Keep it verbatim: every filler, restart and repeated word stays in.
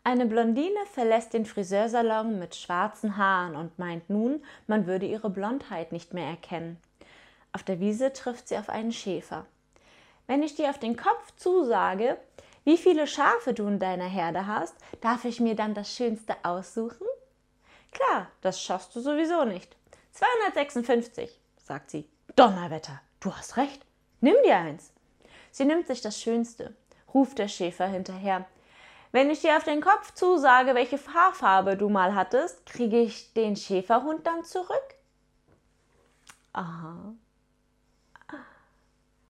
Eine Blondine verlässt den Friseursalon mit schwarzen Haaren und meint nun, man würde ihre Blondheit nicht mehr erkennen. Auf der Wiese trifft sie auf einen Schäfer. Wenn ich dir auf den Kopf zusage, wie viele Schafe du in deiner Herde hast, darf ich mir dann das Schönste aussuchen? Klar, das schaffst du sowieso nicht. zweihundertsechsundfünfzig, sagt sie. Donnerwetter, du hast recht. Nimm dir eins. Sie nimmt sich das Schönste, ruft der Schäfer hinterher. Wenn ich dir auf den Kopf zusage, welche Haarfarbe du mal hattest, kriege ich den Schäferhund dann zurück? Aha.